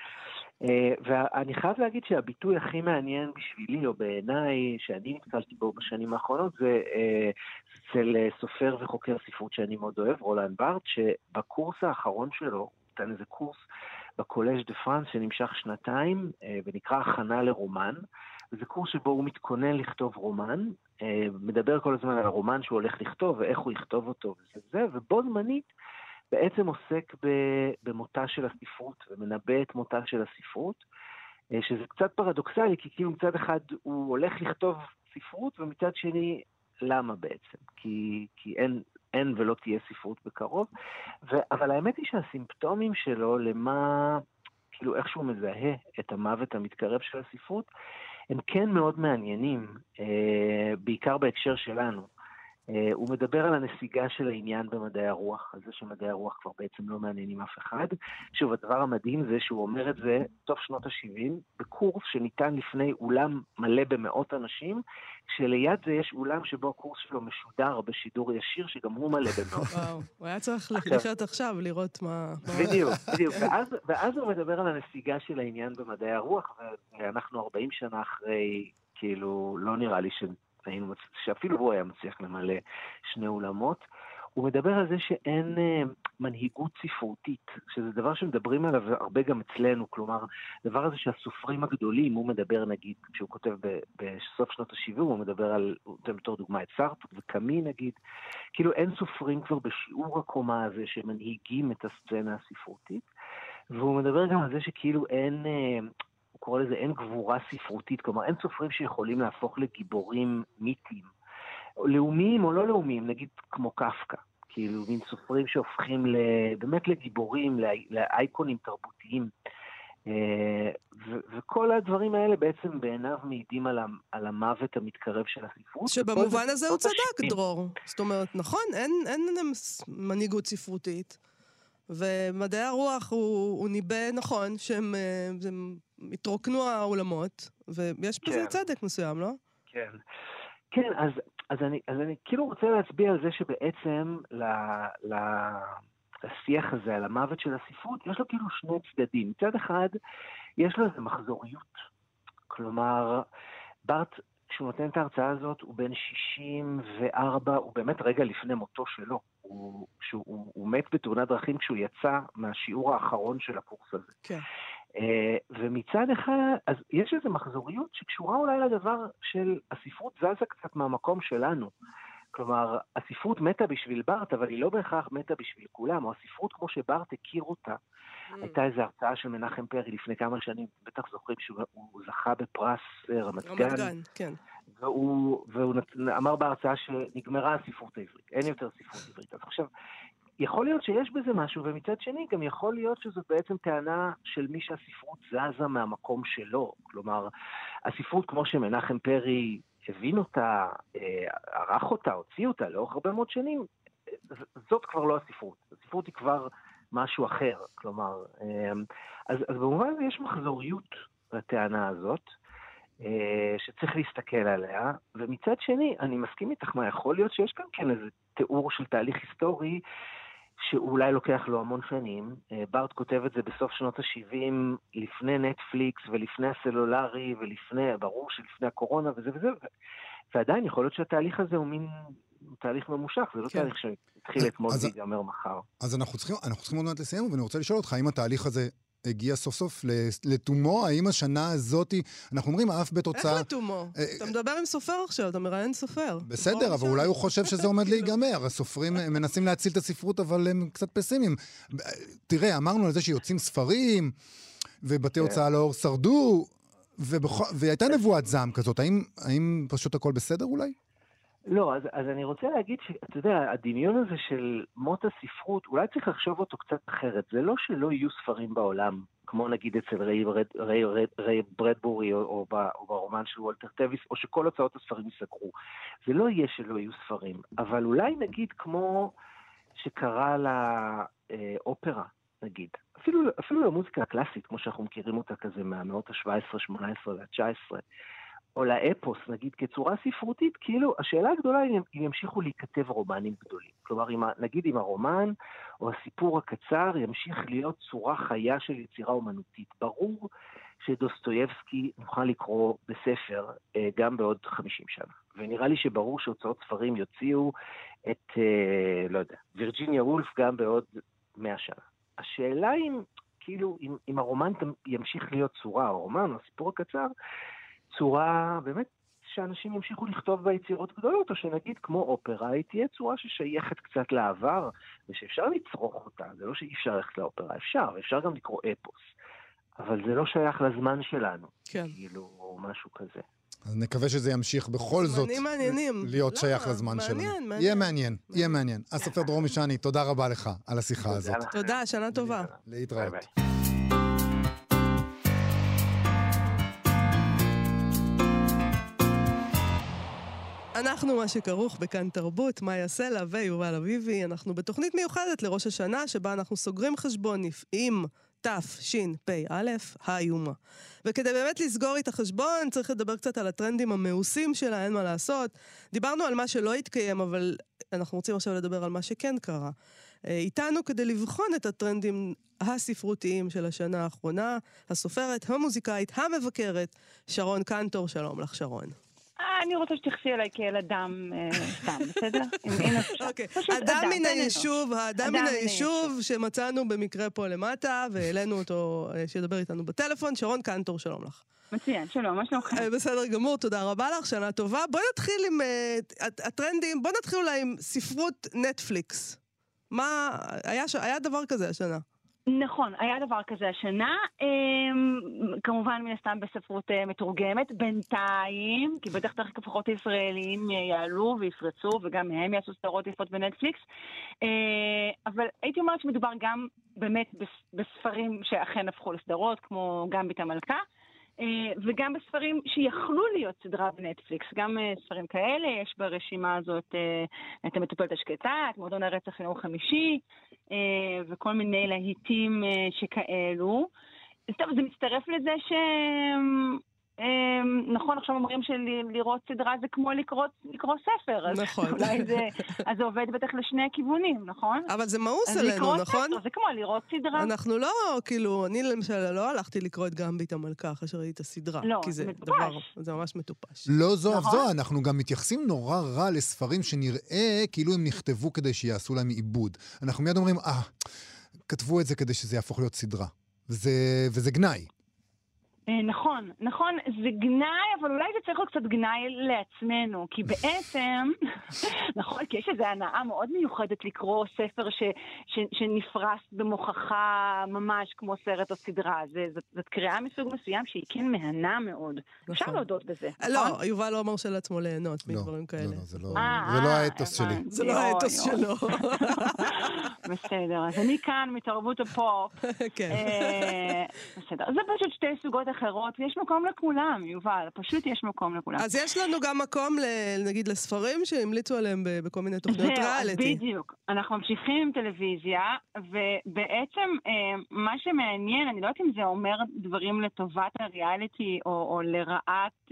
ואני חייב להגיד שהביטוי הכי מעניין בשבילי, או בעיניי, שאני נתקלתי בו בשנים האחרונות, זה אצל סופר וחוקר ספרות שאני מאוד אוהב, רולן בארט, שבקורס האחרון שלו, נתן איזה קורס בקולז' דה פרנס שנמשך שנתיים, ונקרא הכנה לרומן, וזה קורס שבו הוא מתכונן לכתוב רומן, מדבר כל הזמן על הרומן שהוא הולך לכתוב, ואיך הוא יכתוב אותו, וזה זה, ובו זמנית בעצם עוסק במותה של הספרות, ומנבא את מותה של הספרות, שזה קצת פרדוקסלי, כי כאילו מצד אחד הוא הולך לכתוב ספרות, ומצד שני, למה בעצם? כי, כי אין, אין ולא תהיה ספרות בקרוב, ו, אבל האמת היא שהסימפטומים שלו, למה, כאילו איכשהו מזהה את המוות המתקרב של הספרות, הם כן מאוד מעניינים, בעיקר בהקשר שלנו. הוא מדבר על הנסיגה של העניין במדעי הרוח, על זה שמדעי הרוח כבר בעצם לא מעניינים אף אחד. שוב, הדבר המדהים זה שהוא אומר את זה סוף שנות ה-שבעים, בקורס שניתן לפני אולם מלא במאות אנשים, כשליד זה יש אולם שבו הקורס שלו משודר בשידור ישיר, שגם הוא מלא במאות. וואו, הוא היה צריך לחיות עכשיו לראות מה... בדיוק, בדיוק. ואז, ואז הוא מדבר על הנסיגה של העניין במדעי הרוח, ואנחנו ארבעים שנה אחרי, כאילו, לא נראה לי ש... שאפילו הוא היה מצליח למלא שני אולמות. הוא מדבר על זה שאין uh, מנהיגות ספרותית, שזה דבר שמדברים עליו הרבה גם אצלנו, כלומר, דבר הזה שהסופרים הגדולים, הוא מדבר נגיד, כשהוא כותב ב- בסוף שנות ה-שבעים, הוא מדבר על, בתור דוגמה את סארטר וקאמי נגיד, כאילו אין סופרים כבר בשיעור הקומה הזה שמנהיגים את הסצנה הספרותית, והוא מדבר גם על זה שכאילו אין... Uh, הוא קורא לזה אין גבורה ספרותית, כלומר אין סופרים שיכולים להפוך לגיבורים מיתיים, לאומיים או לא לאומיים, נגיד כמו קפקא, כאילו מין סופרים שהופכים באמת לגיבורים, לאייקונים תרבותיים, ו- וכל הדברים האלה בעצם בעיניו מעידים על, ה- על המוות המתקרב של הספרות. שבמובן הזה הוא צדק, דרור. זאת אומרת, נכון, אין, אין מנהיגות ספרותית. ומדעי הרוח הוא, הוא ניבא נכון שהם התרוקנו העולמות, ויש בזה כן. צדק מסוים, לא? כן. כן, אז, אז, אני, אז אני כאילו רוצה להצביע על זה שבעצם ל, ל, לשיח הזה, על המוות של הספרות, יש לו כאילו שני צדדים. מצד אחד, יש לו איזו מחזוריות. כלומר, בארט, כשהוא נותן את ההרצאה הזאת, הוא בן שישים וארבע, הוא באמת רגע לפני מותו שלו. הוא, שהוא, הוא, הוא מת בתאונת דרכים כשהוא יצא מהשיעור האחרון של הקורס הזה. כן. Uh, ומצד אחד, אז יש איזו מחזוריות שקשורה אולי לדבר של הספרות זזה קצת מהמקום שלנו. כלומר, הספרות מתה בשביל בארט, אבל היא לא בהכרח מתה בשביל כולם, או הספרות כמו שבארט הכיר אותה. Mm. הייתה איזו הרצאה של מנחם פרי לפני כמה שנים, בטח זוכרים שהוא זכה בפרס רמת גן. רמת גן, כן. והוא, והוא אמר בהרצאה שנגמרה הספרות העברית, אין יותר ספרות עברית. אז עכשיו, יכול להיות שיש בזה משהו, ומצד שני גם יכול להיות שזאת בעצם טענה של מי שהספרות זזה מהמקום שלו. כלומר, הספרות כמו שמנחם פרי הבין אותה, ערך אותה, הוציא אותה לאורך הרבה מאוד שנים, זאת כבר לא הספרות. הספרות היא כבר משהו אחר. כלומר, אז, אז במובן הזה יש מחזוריות לטענה הזאת, שצריך להסתכל עליה, ומצד שני, אני מסכים איתך מה, יכול להיות שיש כאן כן איזה תיאור של תהליך היסטורי, שאולי לוקח לו המון שנים. בארט כותב את זה בסוף שנות ה-שבעים, לפני נטפליקס ולפני הסלולרי, ולפני, ברור שלפני הקורונה וזה וזה, ועדיין יכול להיות שהתהליך הזה הוא מין תהליך ממושך, זה לא כן. תהליך שהתחיל אתמול ויגמר מחר. אז אנחנו צריכים, אנחנו צריכים עוד מעט לסיים, ואני רוצה לשאול אותך, האם התהליך הזה הגיע סוף סוף לתומו? האם השנה הזאת, אנחנו אומרים, אף בתוצאה... איך לתומו? אתה מדבר עם סופר עכשיו, אתה מראיין סופר. בסדר, אבל אולי הוא חושב שזה עומד להיגמר. הסופרים מנסים להציל את הספרות, אבל הם קצת פסימיים. תראה, אמרנו על זה שיוצאים ספרים, ובתי הוצאה לאור שרדו, והייתה נבואת זעם כזאת. האם פשוט הכל בסדר אולי? לא, אז, אז אני רוצה להגיד שאתה יודע, הדמיון הזה של מות הספרות, אולי צריך לחשוב אותו קצת אחרת. זה לא שלא יהיו ספרים בעולם, כמו נגיד אצל ריי, ריי, ריי, ריי, ריי ברדבורי או, או, או ברומן של וולטר טוויס, או שכל הוצאות הספרים ייסגרו. זה לא יהיה שלא יהיו ספרים, אבל אולי נגיד כמו שקרה לאופרה, נגיד. אפילו, אפילו למוזיקה הקלאסית, כמו שאנחנו מכירים אותה כזה מהמאות ה-שבע עשרה, שמונה עשרה וה-תשע עשרה. או לאפוס, נגיד, כצורה ספרותית, כאילו, השאלה הגדולה היא אם ימשיכו להיכתב רומנים גדולים. כלומר, אם, נגיד אם הרומן או הסיפור הקצר ימשיך להיות צורה חיה של יצירה אומנותית. ברור שדוסטויבסקי מוכן לקרוא בספר אה, גם בעוד חמישים שנה. ונראה לי שברור שהוצאות ספרים יוציאו את, אה, לא יודע, וירג'יניה וולף גם בעוד מאה שנה. השאלה אם, כאילו, אם, אם הרומן ימשיך להיות צורה, הרומן או הסיפור הקצר, צורה, באמת, שאנשים ימשיכו לכתוב ביצירות גדולות, או שנגיד כמו אופרה, היא תהיה צורה ששייכת קצת לעבר, ושאפשר לצרוך אותה, זה לא שאי אפשר ללכת לאופרה, אפשר, אפשר גם לקרוא אפוס, אבל זה לא שייך לזמן שלנו, כן. כאילו משהו כזה. אז נקווה שזה ימשיך בכל זאת להיות שייך לזמן שלנו. יהיה מעניין, יהיה מעניין. הסופר דרומי שני, תודה רבה לך על השיחה הזאת. תודה, שנה טובה. להתראות. אנחנו מה שכרוך בכאן תרבות, מאיה סלע ויובל אביבי. אנחנו בתוכנית מיוחדת לראש השנה, שבה אנחנו סוגרים חשבון עם תשפ"א, האיומה. וכדי באמת לסגור את החשבון, צריך לדבר קצת על הטרנדים המאוסים שלה, אין מה לעשות. דיברנו על מה שלא התקיים, אבל אנחנו רוצים עכשיו לדבר על מה שכן קרה. איתנו כדי לבחון את הטרנדים הספרותיים של השנה האחרונה, הסופרת, המוזיקאית, המבקרת, שרון קנטור. שלום לך, שרון. אני רוצה שתחסי אליי כאל אדם סתם, בסדר? אוקיי, אדם מן היישוב, האדם מן היישוב שמצאנו במקרה פה למטה, והעלינו אותו שידבר איתנו בטלפון. שרון קנטור, שלום לך. מצוין, שלום, מה שלומכם? בסדר גמור, תודה רבה לך, שנה טובה. בואי נתחיל עם הטרנדים, בואי נתחיל אולי עם ספרות נטפליקס. מה, היה דבר כזה השנה? נכון, היה דבר כזה השנה, כמובן מן הסתם בספרות מתורגמת, בינתיים, כי בטח תכף לפחות הישראלים יעלו ויפרצו, וגם הם יעשו סדרות יפות בנטפליקס, אבל הייתי אומרת שמדובר גם באמת בספרים שאכן הפכו לסדרות, כמו גם בית המלכה, וגם בספרים שיכלו להיות סדרה בנטפליקס, גם ספרים כאלה, יש ברשימה הזאת את המטופלת השקטה, את מועדון הרצח יום חמישי, וכל מיני להיטים שכאלו. טוב, זה מצטרף לזה ש... נכון, עכשיו אומרים שלראות סדרה זה כמו לקרוא ספר. נכון. אולי זה, אז זה עובד בטח לשני הכיוונים, נכון? אבל זה מאוס עלינו, נכון? זה כמו לראות סדרה. אנחנו לא, כאילו, אני למשל לא הלכתי לקרוא את גמבית המלכה אחרי שראיתי את הסדרה. לא, זה מטופש. זה ממש מטופש. לא זו אף זו, אנחנו גם מתייחסים נורא רע לספרים שנראה כאילו הם נכתבו כדי שיעשו להם עיבוד. אנחנו מיד אומרים, אה, כתבו את זה כדי שזה יהפוך להיות סדרה. וזה גנאי. נכון, נכון, זה גנאי, אבל אולי זה צריך להיות קצת גנאי לעצמנו, כי בעצם, נכון, כי יש איזו הנאה מאוד מיוחדת לקרוא ספר ש, ש, שנפרס במוכחה ממש כמו סרט או סדרה. זה, זאת, זאת קריאה מסוג מסוים שהיא כן מהנה מאוד. אפשר להודות בזה, נכון? לא, יובל לא אמר של עצמו ליהנות מדברים כאלה. לא, לא, זה לא האתוס שלי. זה לא האתוס שלו. בסדר, אז אני כאן מתרבות הפופ. כן. בסדר, זה פשוט שתי סוגות אחרות, ויש מקום לכולם, יובל, פשוט יש מקום לכולם. אז יש לנו גם מקום, נגיד, לספרים שהמליצו עליהם בכל מיני תוכניות ריאליטי. בדיוק. אנחנו ממשיכים עם טלוויזיה, ובעצם מה שמעניין, אני לא יודעת אם זה אומר דברים לטובת הריאליטי, או לרעת,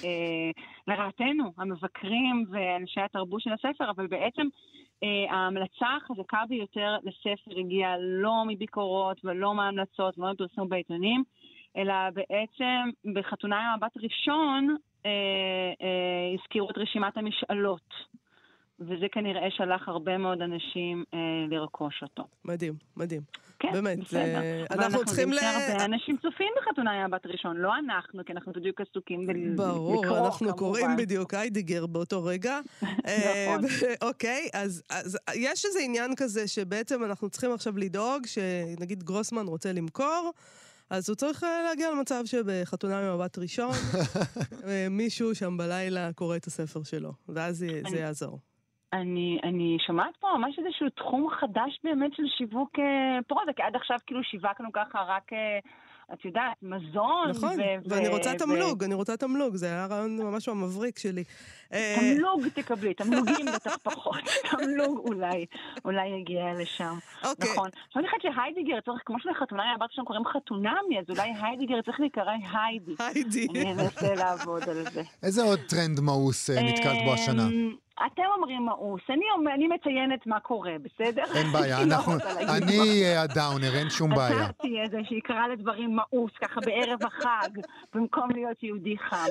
לרעתנו, המבקרים ואנשי התרבות של הספר, אבל בעצם ההמלצה החזקה ביותר לספר הגיעה לא מביקורות ולא מהמלצות ולא מפרסום בעיתונים, אלא בעצם בחתונה עם מבט ראשון אה, אה, הזכירו את רשימת המשאלות. וזה כנראה שלח הרבה מאוד אנשים אה, לרכוש אותו. מדהים, מדהים. כן, באמת, בסדר. זה... אבל אנחנו צריכים ל... ל... הרבה אנשים צופים בחתונה עם מבט ראשון, לא אנחנו, כי אנחנו בדיוק עסוקים בלקרוא, ברור, אנחנו קוראים בדיוק היידיגר באותו רגע. נכון. אוקיי, אז, אז יש איזה עניין כזה שבעצם אנחנו צריכים עכשיו לדאוג, שנגיד גרוסמן רוצה למכור, אז הוא צריך להגיע למצב שבחתונה ממבט ראשון, מישהו שם בלילה קורא את הספר שלו, ואז זה, זה יעזור. אני, אני שומעת פה ממש איזשהו תחום חדש באמת של שיווק פרוזה, כי עד עכשיו כאילו שיווקנו ככה רק, את יודעת, מזון. נכון, ו- ואני רוצה ו- תמלוג, ו- אני רוצה תמלוג, זה היה רעיון ממש המבריק שלי. תמלוג תקבלי, תמלוגים בטח פחות, תמלוג אולי, אולי יגיע לשם. אוקיי. נכון. עכשיו אני חושבת שהיידיגר צריך, כמו שלחתונה היה בת שם קוראים חתונמי, אז אולי היידיגר צריך להיקרא היידי. היידי. אני אנסה לעבוד על זה. איזה עוד טרנד מאוס נתקלת בו השנה? אתם אומרים מאוס, אני, אני מציינת מה קורה, בסדר? אין בעיה, אנחנו, אני הדאונר, אין שום בעיה. אתה תהיה זה שיקרא לדברים מאוס, ככה בערב החג, במקום להיות יהודי חם.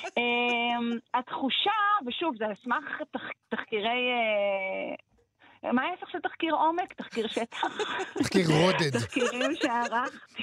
התחושה, ושוב, זה על סמך תחקירי... מה ההפך של תחקיר עומק? תחקיר שטח? תחקיר רודד. תחקירים שערכתי.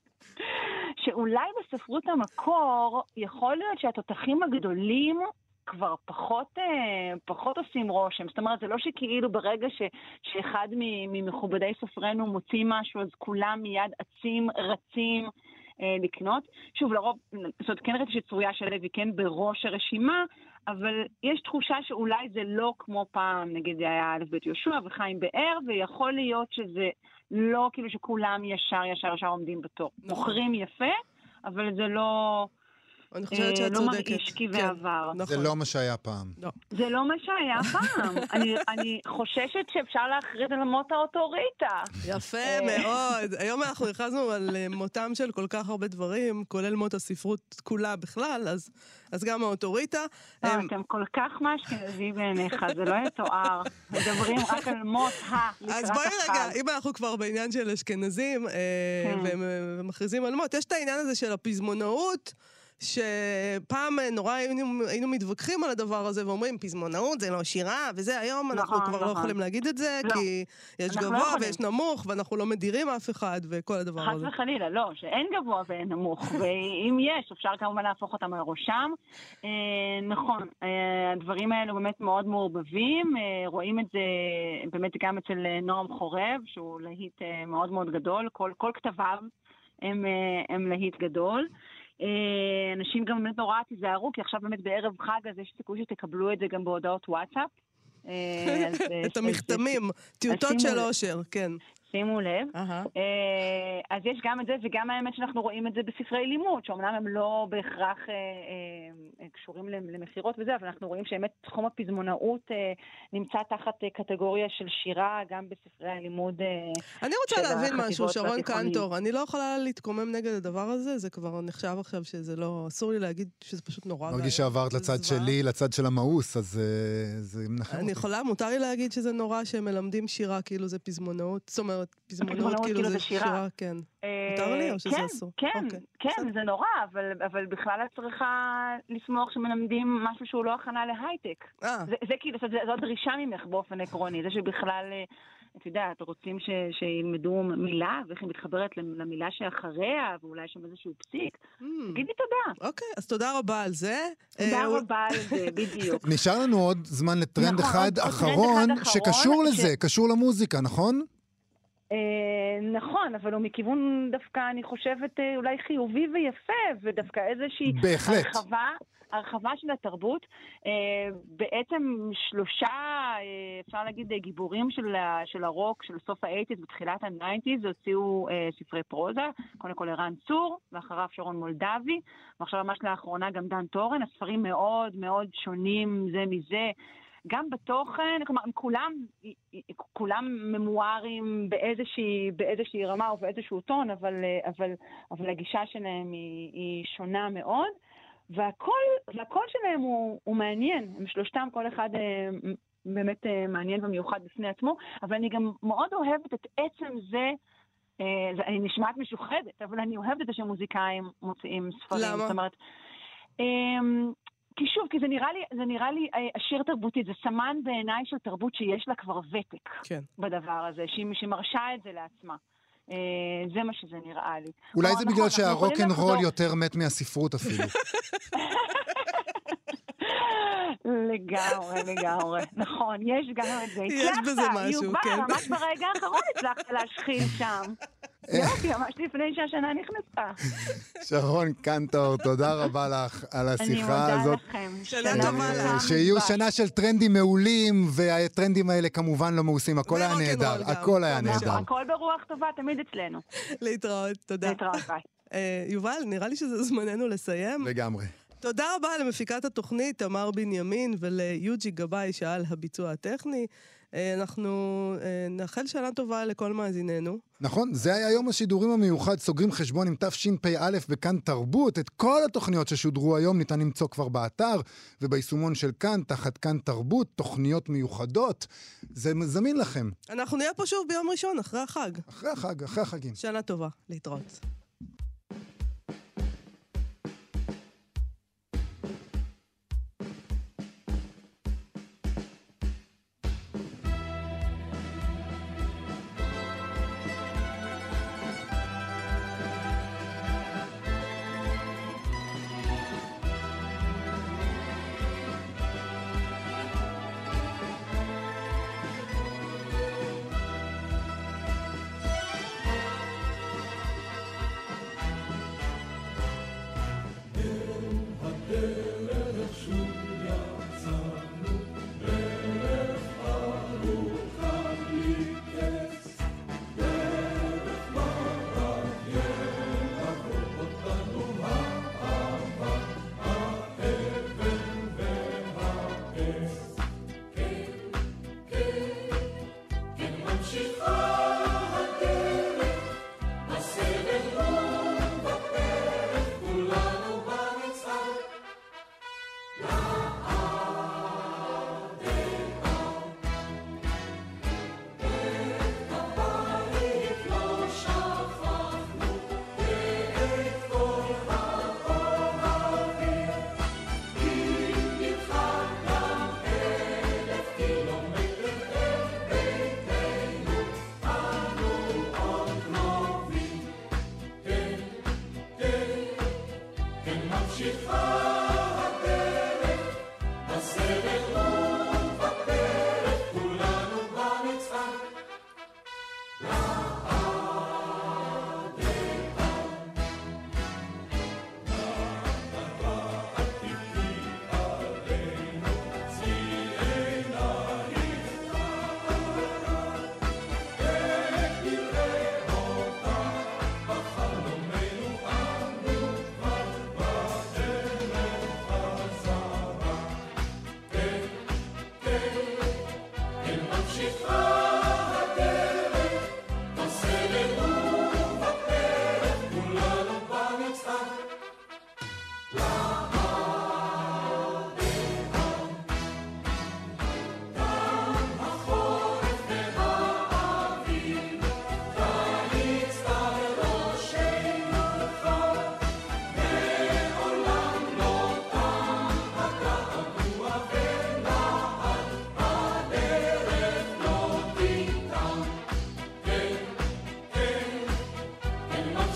שאולי בספרות המקור יכול להיות שהתותחים הגדולים כבר פחות, פחות עושים רושם. זאת אומרת, זה לא שכאילו ברגע ש, שאחד ממכובדי סופרנו מוציא משהו, אז כולם מיד עצים, רצים אה, לקנות. שוב, לרוב, זאת אומרת, כן ראיתי שצרויה של לוי כן בראש הרשימה, אבל יש תחושה שאולי זה לא כמו פעם, נגיד זה היה א' בית יהושע וחיים באר, ויכול להיות שזה לא כאילו שכולם ישר ישר ישר עומדים בתור. מוכרים יפה, אבל זה לא... אני חושבת שאת צודקת. לא מרגיש כבעבר. זה לא מה שהיה פעם. זה לא מה שהיה פעם. אני חוששת שאפשר להכריז על מות האוטוריטה. יפה מאוד. היום אנחנו הכרזנו על מותם של כל כך הרבה דברים, כולל מות הספרות כולה בכלל, אז גם האוטוריטה. אתם כל כך מאשכנזי בעיניך, זה לא יתואר. מדברים רק על מות ה... אז בואי רגע, אם אנחנו כבר בעניין של אשכנזים, ומכריזים על מות, יש את העניין הזה של הפזמונאות, שפעם נורא היינו, היינו מתווכחים על הדבר הזה ואומרים, פזמונאות זה לא שירה, וזה היום אנחנו נכון, כבר נכון. לא יכולים להגיד את זה, לא. כי יש גבוה לא ויש נמוך, ואנחנו לא מדירים אף אחד, וכל הדבר חס הזה. חס וחלילה, לא, שאין גבוה ואין נמוך, ואם יש, אפשר כמובן להפוך אותם על ראשם. אה, נכון, אה, הדברים האלו באמת מאוד מעורבבים, אה, רואים את זה באמת גם אצל נועם חורב, שהוא להיט אה, מאוד מאוד גדול, כל, כל כתביו הם, אה, הם להיט גדול. אנשים גם באמת נורא תיזהרו, כי עכשיו באמת בערב חג אז יש סיכוי שתקבלו את זה גם בהודעות וואטסאפ. את המכתמים, טיוטות של אושר, כן. שימו לב. אז יש גם את זה, וגם האמת שאנחנו רואים את זה בספרי לימוד, שאומנם הם לא בהכרח קשורים למחירות וזה, אבל אנחנו רואים שבאמת תחום הפזמונאות נמצא תחת קטגוריה של שירה, גם בספרי הלימוד. אני רוצה להבין משהו, שרון קנטור, אני לא יכולה להתקומם נגד הדבר הזה, זה כבר נחשב עכשיו שזה לא, אסור לי להגיד שזה פשוט נורא. מרגיש שעברת לצד שלי, לצד של המאוס, אז זה מנחם. אני יכולה, מותר לי להגיד שזה נורא שהם מלמדים שירה, כאילו זה פזמונאות, זאת אומרת, פזמונאות כאילו זה שירה, כן. מותר לי או שזה אסור? כן, כן, זה נורא, אבל בכלל את צריכה לשמוח שמלמדים משהו שהוא לא הכנה להייטק. זה כאילו, זו דרישה ממך באופן עקרוני, זה שבכלל, את יודעת, רוצים שילמדו מילה, ואיך היא מתחברת למילה שאחריה, ואולי שם איזשהו פסיק. תגידי תודה. אוקיי, אז תודה רבה על זה. תודה רבה על זה, בדיוק. נשאר לנו עוד זמן לטרנד אחד אחרון, שקשור לזה, קשור למוזיקה, נכון? נכון, אבל הוא מכיוון דווקא, אני חושבת, אולי חיובי ויפה, ודווקא איזושהי הרחבה, הרחבה של התרבות. בעצם שלושה, אפשר להגיד, גיבורים של הרוק, של סוף ה-שמונים ותחילת ה-תשעים, הוציאו ספרי פרוזה, קודם כל ערן צור, ואחריו שרון מולדבי, ועכשיו ממש לאחרונה גם דן טורן, הספרים מאוד מאוד שונים זה מזה, גם בתוכן, כלומר, הם כולם, כולם ממוארים באיזושהי, באיזושהי רמה או באיזשהו טון, אבל, אבל, אבל הגישה שלהם היא, היא שונה מאוד, והכל, והכל שלהם הוא, הוא מעניין. הם שלושתם, כל אחד באמת מעניין ומיוחד בפני עצמו, אבל אני גם מאוד אוהבת את עצם זה, אני נשמעת משוחדת, אבל אני אוהבת את זה שמוזיקאים מוציאים ספרים. למה? זאת אומרת, כי שוב, כי זה נראה לי, זה נראה לי עשיר תרבותי, זה סמן בעיניי של תרבות שיש לה כבר ותק כן. בדבר הזה, שהיא מרשה את זה לעצמה. זה מה שזה נראה לי. אולי זה בגלל שהרוק'נ'רול יותר מת מהספרות אפילו. לגמרי, לגמרי. נכון, יש גם את זה. יש בזה משהו, כן. יובל, ממש ברגע האחרון הצלחת להשחיל שם. יופי, ממש לפני שהשנה נכנסה. שרון קנטור, תודה רבה לך על השיחה הזאת. אני מודה לכם. שנה טובה לך. שיהיו שנה של טרנדים מעולים, והטרנדים האלה כמובן לא מעושים. הכל היה נהדר, הכל היה נהדר. הכל ברוח טובה, תמיד אצלנו. להתראות, תודה. להתראות, ביי. יובל, נראה לי שזה זמננו לסיים. לגמרי. תודה רבה למפיקת התוכנית, תמר בנימין, וליוג'י גבאי שעל הביצוע הטכני. אנחנו נאחל שנה טובה לכל מאזיננו. נכון, זה היה יום השידורים המיוחד, סוגרים חשבון עם תשפ"א בכאן תרבות. את כל התוכניות ששודרו היום ניתן למצוא כבר באתר וביישומון של כאן, תחת כאן תרבות, תוכניות מיוחדות. זה זמין לכם. אנחנו נהיה פה שוב ביום ראשון, אחרי החג. אחרי החג, אחרי החגים. שנה טובה, להתראות.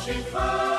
שכחה